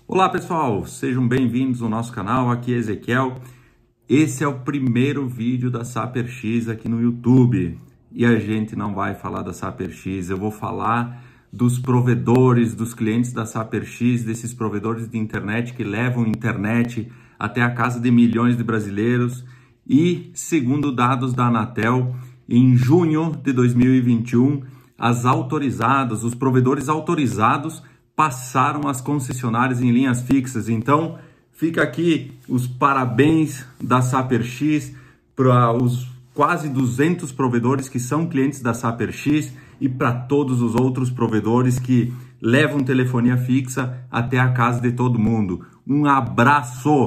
Olá pessoal, sejam bem-vindos ao nosso canal, aqui é Ezequiel. Esse é o primeiro vídeo da SaperX aqui no YouTube e a gente não vai falar da SaperX, eu vou falar dos provedores, dos clientes da SaperX, desses provedores de internet que levam internet até a casa de milhões de brasileiros e, segundo dados da Anatel, em junho de 2021, os provedores autorizados passaram as concessionárias em linhas fixas. Então, fica aqui os parabéns da SaperX para os quase 200 provedores que são clientes da SaperX e para todos os outros provedores que levam telefonia fixa até a casa de todo mundo. Um abraço!